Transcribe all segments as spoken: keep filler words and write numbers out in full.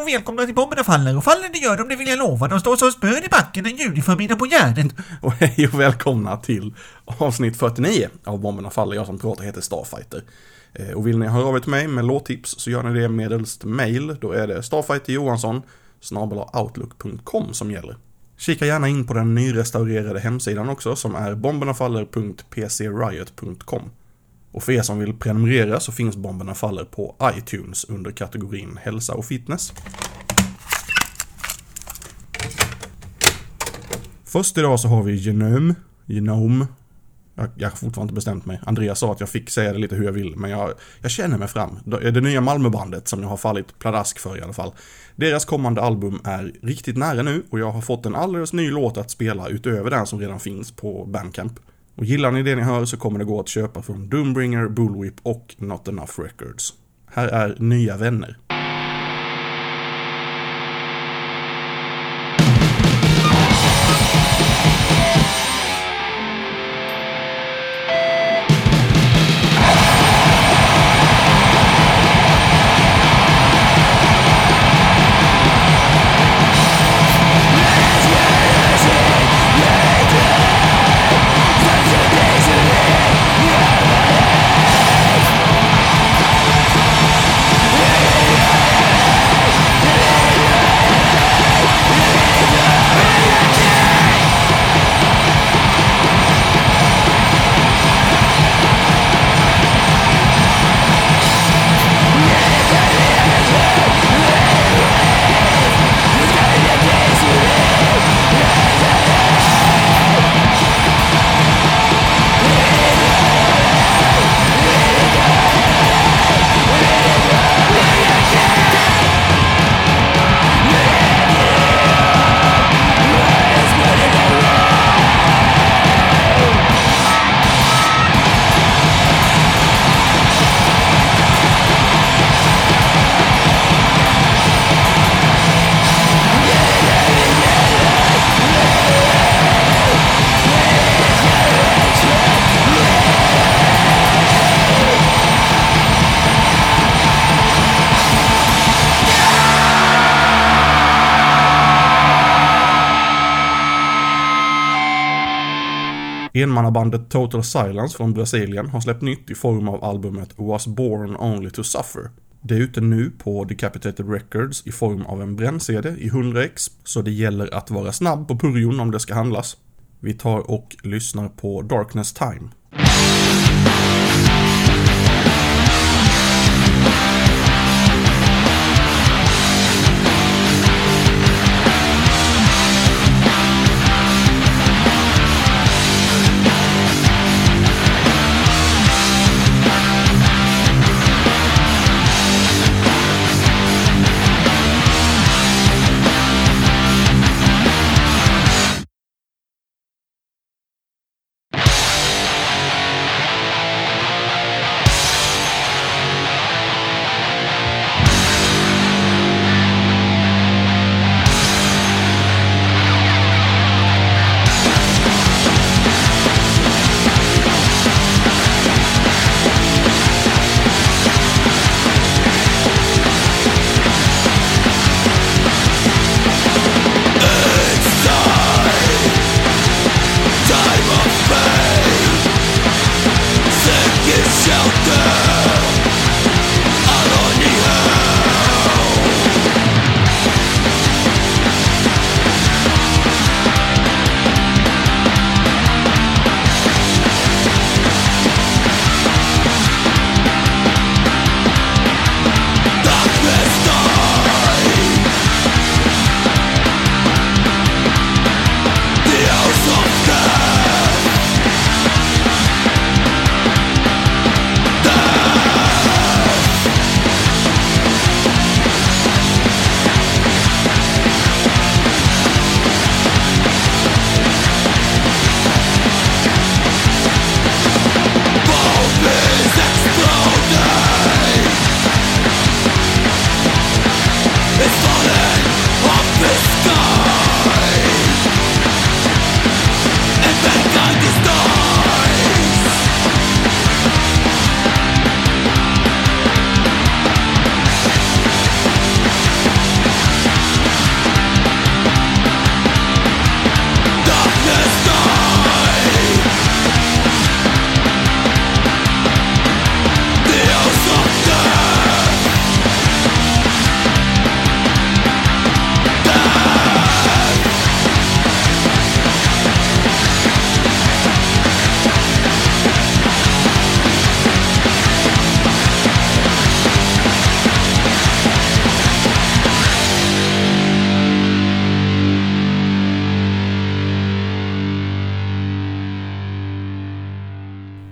välkomna till Bomberna Faller. Och faller det gör de, det vill jag lova. De står så spön i backen en juliförmiddag på Gärdet. Och hej och välkomna till avsnitt fyrtionio av Bomberna Faller. Jag som pratar heter Starfighter. Och vill ni höra av er till mig med låttips så gör ni det medelst mail. Då är det starfighterjohansson snabel-a outlook punkt com som gäller. Kika gärna in på den nyrestaurerade hemsidan också som är bombernafaller punkt p c riot punkt com. Och för er som vill prenumerera så finns Bomberna Faller på iTunes under kategorin hälsa och fitness. Först idag så har vi Genome, Genome. Jag, jag har fortfarande inte bestämt mig. Andreas sa att jag fick säga det lite hur jag vill, men jag, jag känner mig fram. Det, det nya Malmöbandet som jag har fallit pladask för i alla fall. Deras kommande album är riktigt nära nu och jag har fått en alldeles ny låt att spela utöver den som redan finns på Bandcamp. Och gillar ni det ni hör så kommer det gå att köpa från Doombringer, Bullwhip och Not Enough Records. Här är Nya Vänner. Enmannabandet Total Silence från Brasilien har släppt nytt i form av albumet Was Born Only to Suffer. Det är ute nu på Decapitated Records i form av en bränn-C D i hundra ex, så det gäller att vara snabb på purjon om det ska handlas. Vi tar och lyssnar på Darkness Time.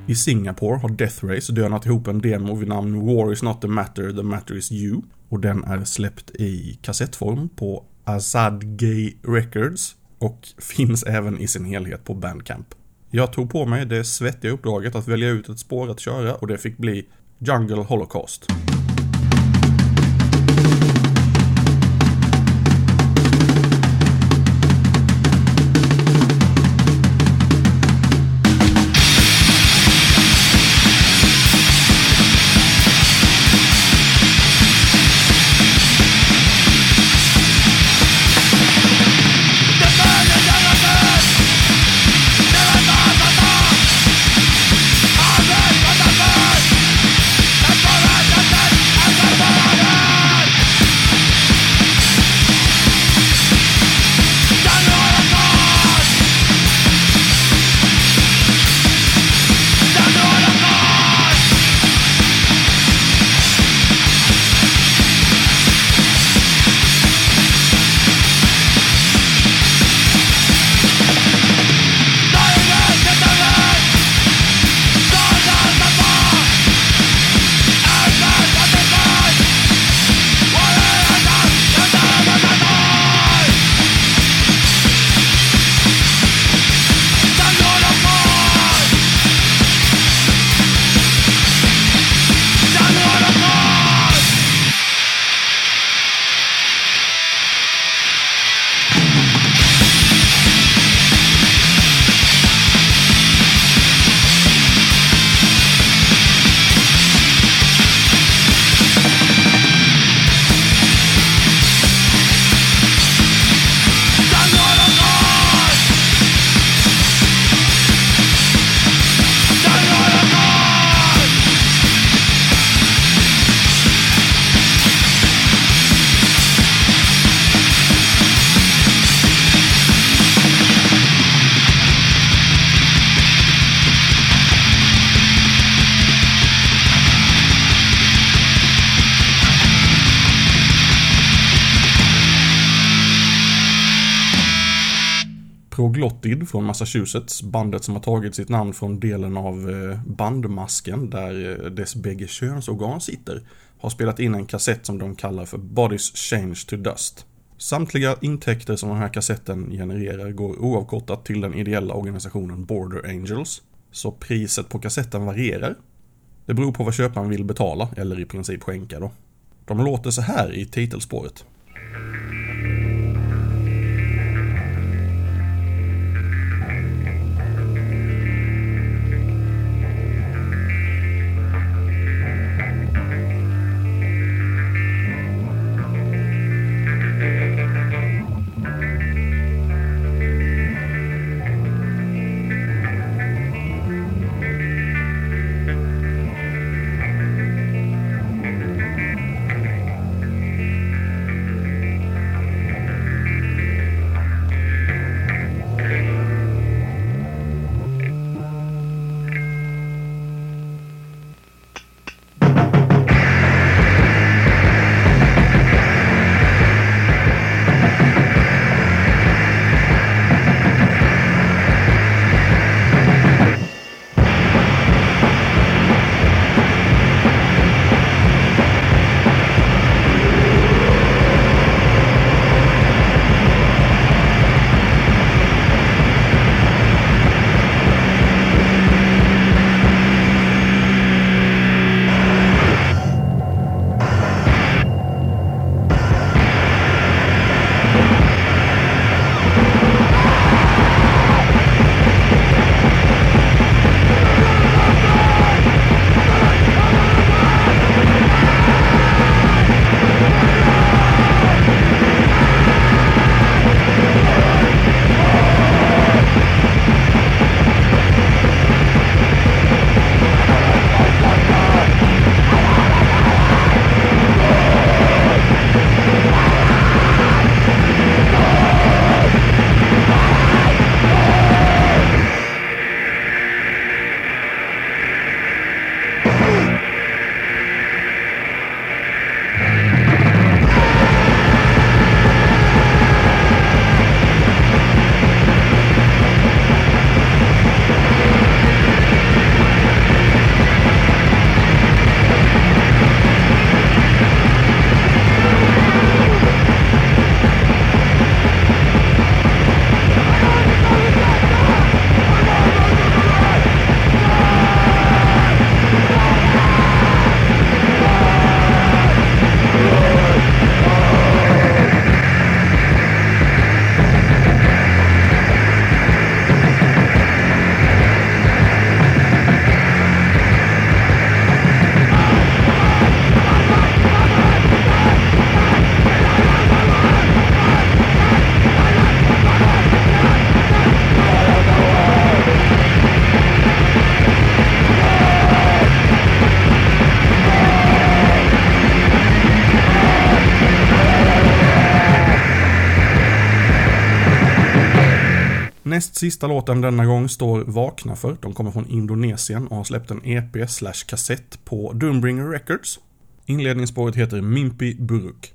I Singapore har Death Race dönat ihop en demo vid namn War is not the matter, the matter is you. Och den är släppt i kassettform på Azadgay Records och finns även i sin helhet på Bandcamp. Jag tog på mig det svettiga uppdraget att välja ut ett spår att köra och det fick bli Jungle Holocaust. Proglottid från Massachusetts, bandet som har tagit sitt namn från delen av bandmasken där dess bägge könsorgan sitter, har spelat in en kassett som de kallar för Bodies Change to Dust. Samtliga intäkter som den här kassetten genererar går oavkortat till den ideella organisationen Border Angels, så priset på kassetten varierar. Det beror på vad köparen vill betala, eller i princip skänka då. De låter så här i titelspåret. näst sista låten denna gång står Vakna för. De kommer från Indonesien och har släppt en E P slash kassett på Doombringer Records. Inledningsspåret heter Mimpi Buruk.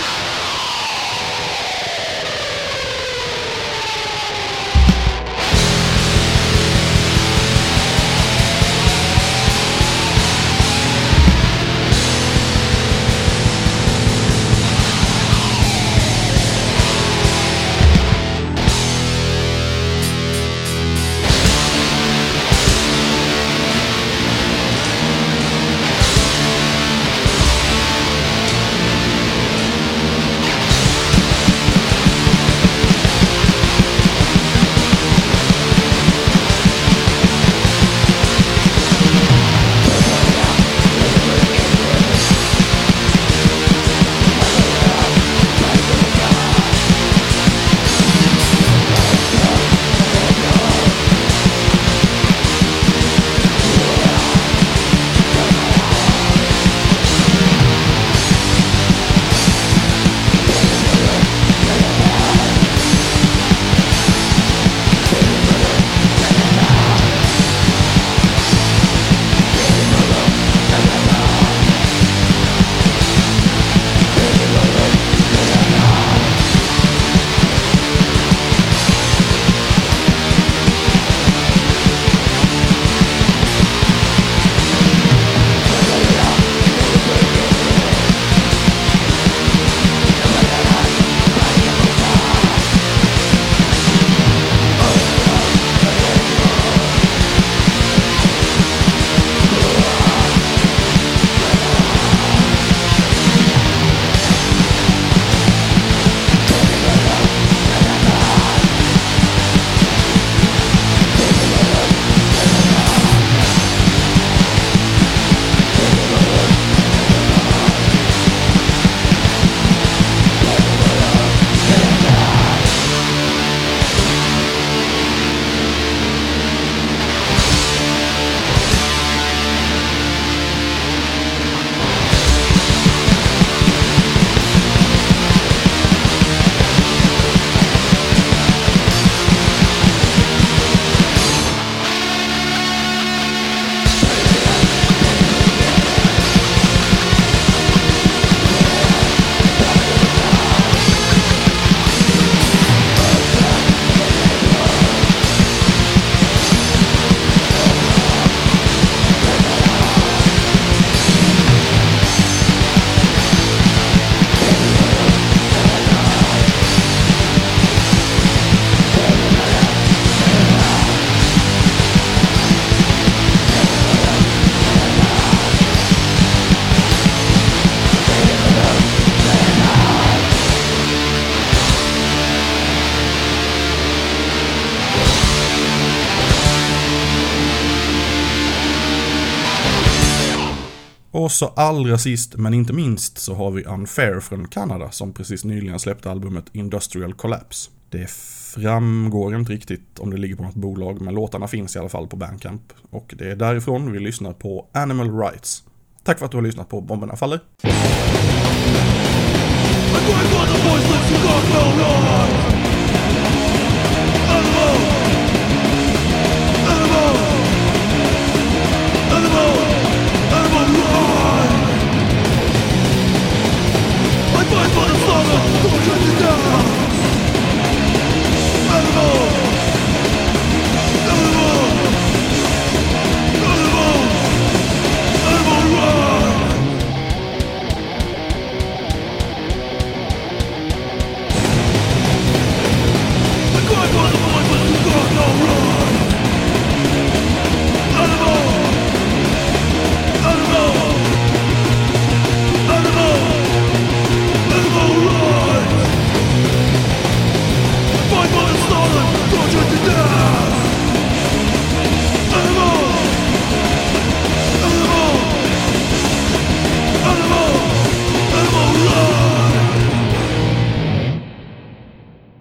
Och så allra sist men inte minst så har vi Unfair från Kanada som precis nyligen släppte albumet Industrial Collapse. Det framgår inte riktigt om det ligger på något bolag, men låtarna finns i alla fall på Bandcamp. Och det är därifrån vi lyssnar på Animal Rights. Tack för att du har lyssnat på Bomberna Faller.